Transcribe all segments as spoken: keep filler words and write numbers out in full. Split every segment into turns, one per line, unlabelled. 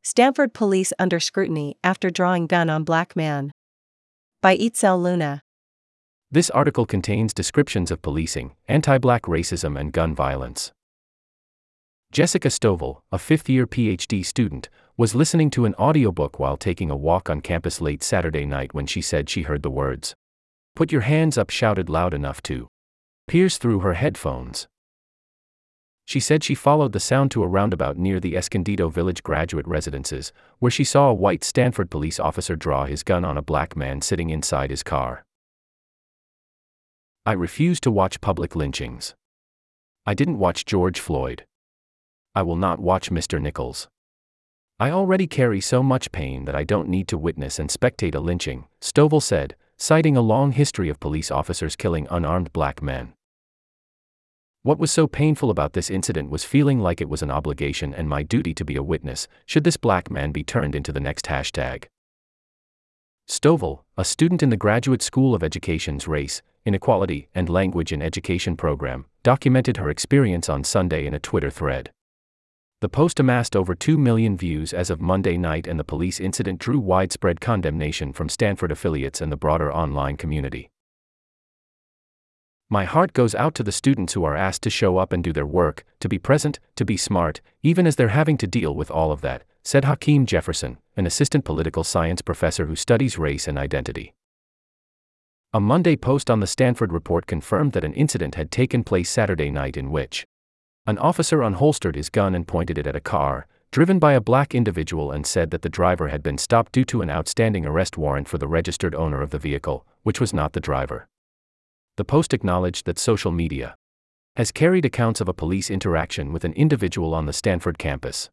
Stanford police under scrutiny after drawing gun on black man. By Itzel Luna.
This article contains descriptions of policing, anti-black racism and gun violence. Jessica Stovall, a fifth-year P H D student, was listening to an audiobook while taking a walk on campus late Saturday night when she said she heard the words, "Put your hands up," shouted loud enough to pierce through her headphones. She said she followed the sound to a roundabout near the Escondido Village graduate residences, where she saw a white Stanford police officer draw his gun on a black man sitting inside his car. "I refuse to watch public lynchings. I didn't watch George Floyd. I will not watch Mister Nichols. I already carry so much pain that I don't need to witness and spectate a lynching," Stovall said, citing a long history of police officers killing unarmed black men. "What was so painful about this incident was feeling like it was an obligation and my duty to be a witness, should this black man be turned into the next hashtag." Stovall, a student in the Graduate School of Education's Race, Inequality, and Language in Education program, documented her experience on Sunday in a Twitter thread. The post amassed over two million views as of Monday night, and the police incident drew widespread condemnation from Stanford affiliates and the broader online community. "My heart goes out to the students who are asked to show up and do their work, to be present, to be smart, even as they're having to deal with all of that," said Hakeem Jefferson, an assistant political science professor who studies race and identity. A Monday post on the Stanford Report confirmed that an incident had taken place Saturday night in which an officer unholstered his gun and pointed it at a car driven by a black individual and said that the driver had been stopped due to an outstanding arrest warrant for the registered owner of the vehicle, which was not the driver. The post acknowledged that social media has carried accounts of a police interaction with an individual on the Stanford campus.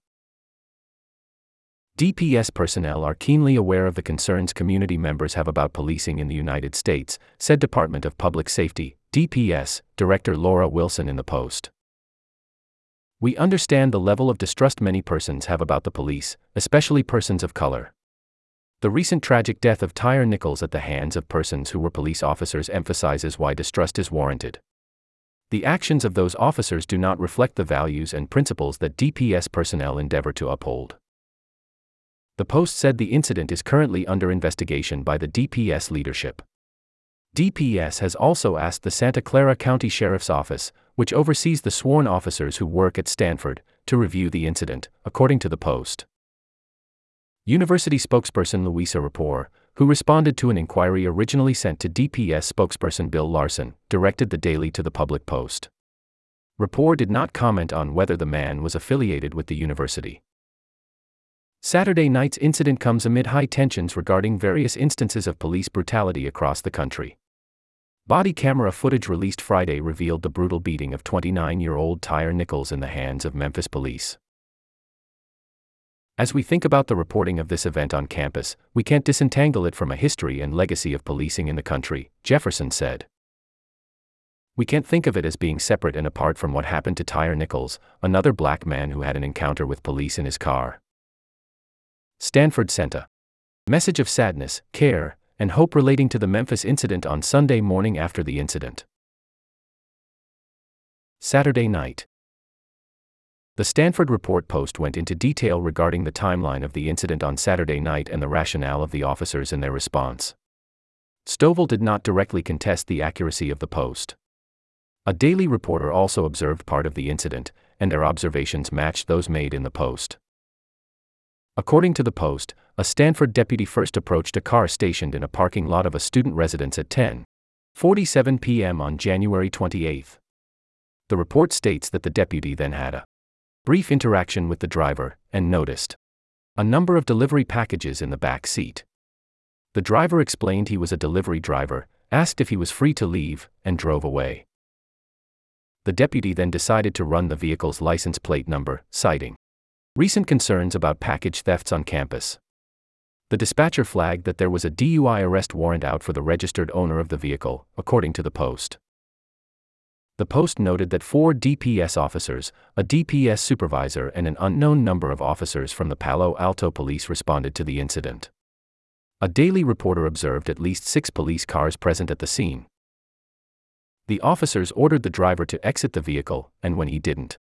D P S personnel are keenly aware of the concerns community members have about policing in the United States, said Department of Public Safety, D P S, Director Laura Wilson in the post. "We understand the level of distrust many persons have about the police, especially persons of color. The recent tragic death of Tyre Nichols at the hands of persons who were police officers emphasizes why distrust is warranted. The actions of those officers do not reflect the values and principles that D P S personnel endeavor to uphold." The post said the incident is currently under investigation by the D P S leadership. D P S has also asked the Santa Clara County Sheriff's Office, which oversees the sworn officers who work at Stanford, to review the incident, according to the post. University spokesperson Louisa Rapport, who responded to an inquiry originally sent to D P S spokesperson Bill Larson, directed the Daily to the public post. Rapport did not comment on whether the man was affiliated with the university. Saturday night's incident comes amid high tensions regarding various instances of police brutality across the country. Body camera footage released Friday revealed the brutal beating of twenty-nine-year-old Tyre Nichols in the hands of Memphis police. "As we think about the reporting of this event on campus, we can't disentangle it from a history and legacy of policing in the country," Jefferson said. "We can't think of it as being separate and apart from what happened to Tyre Nichols, another black man who had an encounter with police in his car." Stanford sent a message of sadness, care, and hope relating to the Memphis incident on Sunday morning after the incident. Saturday night. The Stanford Report post went into detail regarding the timeline of the incident on Saturday night and the rationale of the officers in their response. Stovall did not directly contest the accuracy of the post. A Daily reporter also observed part of the incident, and their observations matched those made in the post. According to the post, a Stanford deputy first approached a car stationed in a parking lot of a student residence at ten forty-seven p m on January twenty-eighth. The report states that the deputy then had a brief interaction with the driver, and noticed a number of delivery packages in the back seat. The driver explained he was a delivery driver, asked if he was free to leave, and drove away. The deputy then decided to run the vehicle's license plate number, citing recent concerns about package thefts on campus. The dispatcher flagged that there was a D U I arrest warrant out for the registered owner of the vehicle, according to the post. The post noted that four D P S officers, a D P S supervisor, and an unknown number of officers from the Palo Alto Police responded to the incident. A Daily reporter observed at least six police cars present at the scene. The officers ordered the driver to exit the vehicle, and when he didn't,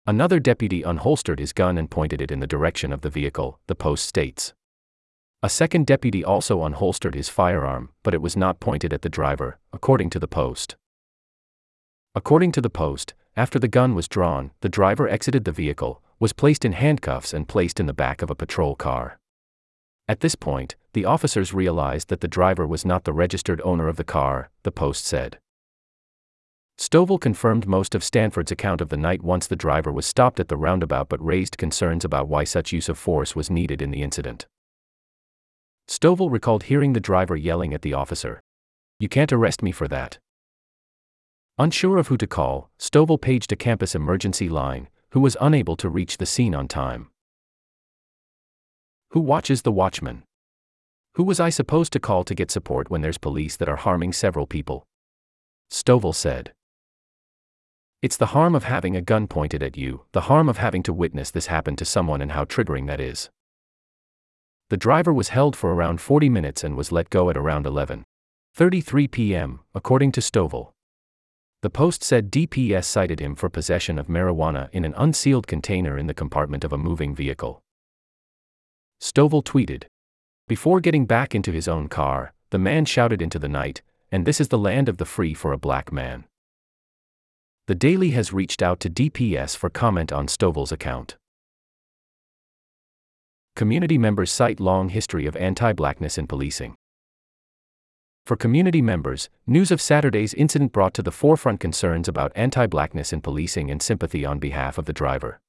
Another deputy unholstered his gun and pointed it in the direction of the vehicle, the Post states. A second deputy also unholstered his firearm, but it was not pointed at the driver, according to the Post. According to the Post, after the gun was drawn, the driver exited the vehicle, was placed in handcuffs and placed in the back of a patrol car. At this point, the officers realized that the driver was not the registered owner of the car, the Post said. Stovall confirmed most of Stanford's account of the night once the driver was stopped at the roundabout, but raised concerns about why such use of force was needed in the incident. Stovall recalled hearing the driver yelling at the officer, "You can't arrest me for that." Unsure of who to call, Stovall paged a campus emergency line, who was unable to reach the scene on time. Who watches the watchman? Who was I supposed to call to get support when there's police that are harming several people? Stovall said. It's the harm of having a gun pointed at you, the harm of having to witness this happen to someone, and how triggering that is. The driver was held for around forty minutes and was let go at around eleven thirty-three p m, according to Stovall. The Post said D P S cited him for possession of marijuana in an unsealed container in the compartment of a moving vehicle. Stovall tweeted, "Before getting back into his own car, the man shouted into the night, 'And this is the land of the free for a black man.'" The Daily has reached out to D P S for comment on Stovall's account. Community members cite long history of anti-blackness in policing. For community members, news of Saturday's incident brought to the forefront concerns about anti-blackness in policing and sympathy on behalf of the driver.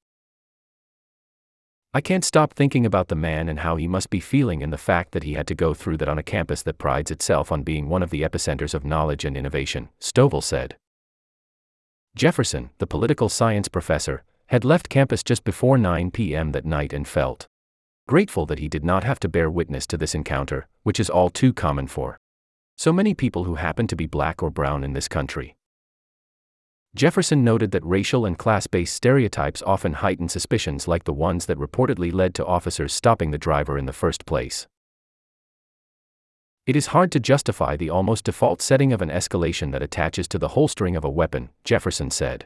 "I can't stop thinking about the man and how he must be feeling, and the fact that he had to go through that on a campus that prides itself on being one of the epicenters of knowledge and innovation," Stovall said. Jefferson, the political science professor, had left campus just before nine p m that night and felt grateful that he did not have to bear witness to this encounter, which is all too common for so many people who happen to be black or brown in this country. Jefferson noted that racial and class-based stereotypes often heighten suspicions like the ones that reportedly led to officers stopping the driver in the first place. "It is hard to justify the almost default setting of an escalation that attaches to the holstering of a weapon," Jefferson said.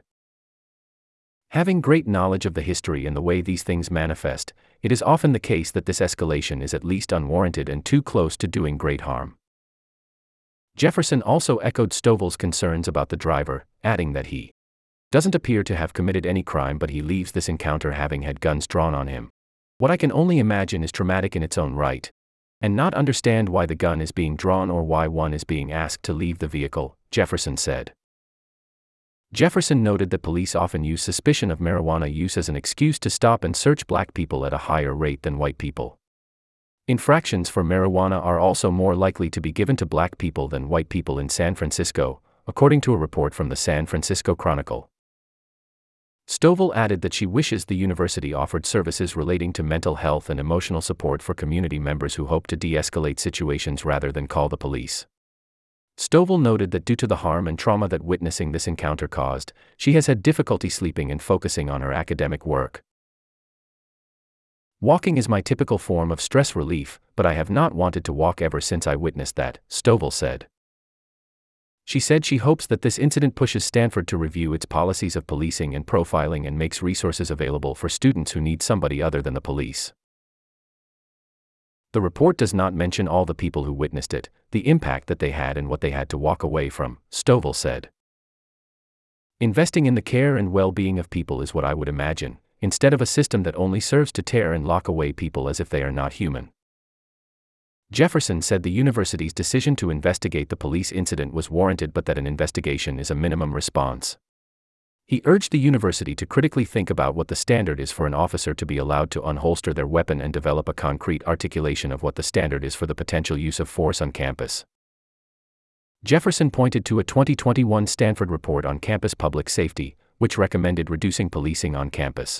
Having great knowledge of the history and the way these things manifest, it is often the case that this escalation is at least unwarranted and too close to doing great harm. Jefferson also echoed Stovall's concerns about the driver, adding that he doesn't appear to have committed any crime, but he leaves this encounter having had guns drawn on him. "What I can only imagine is traumatic in its own right, and not understand why the gun is being drawn or why one is being asked to leave the vehicle," Jefferson said. Jefferson noted that police often use suspicion of marijuana use as an excuse to stop and search black people at a higher rate than white people. Infractions for marijuana are also more likely to be given to black people than white people in San Francisco, according to a report from the San Francisco Chronicle. Stovall added that she wishes the university offered services relating to mental health and emotional support for community members who hope to de-escalate situations rather than call the police. Stovall noted that due to the harm and trauma that witnessing this encounter caused, she has had difficulty sleeping and focusing on her academic work. "Walking is my typical form of stress relief, but I have not wanted to walk ever since I witnessed that," Stovall said. She said she hopes that this incident pushes Stanford to review its policies of policing and profiling and makes resources available for students who need somebody other than the police. The report does not mention all the people who witnessed it, the impact that they had, and what they had to walk away from, Stovall said. "Investing in the care and well-being of people is what I would imagine, instead of a system that only serves to tear and lock away people as if they are not human." Jefferson said the university's decision to investigate the police incident was warranted, but that an investigation is a minimum response. He urged the university to critically think about what the standard is for an officer to be allowed to unholster their weapon and develop a concrete articulation of what the standard is for the potential use of force on campus. Jefferson pointed to a twenty twenty-one Stanford report on campus public safety, which recommended reducing policing on campus.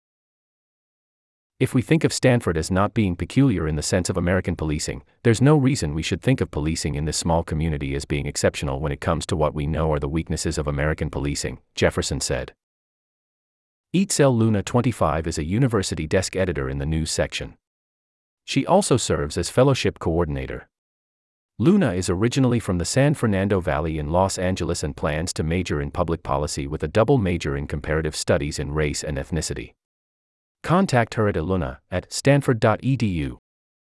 "If we think of Stanford as not being peculiar in the sense of American policing, there's no reason we should think of policing in this small community as being exceptional when it comes to what we know are the weaknesses of American policing," Jefferson said. Itzel Luna, twenty-five, is a university desk editor in the news section. She also serves as fellowship coordinator. Luna is originally from the San Fernando Valley in Los Angeles and plans to major in public policy with a double major in comparative studies in race and ethnicity. Contact her at iluna at stanford dot e d u.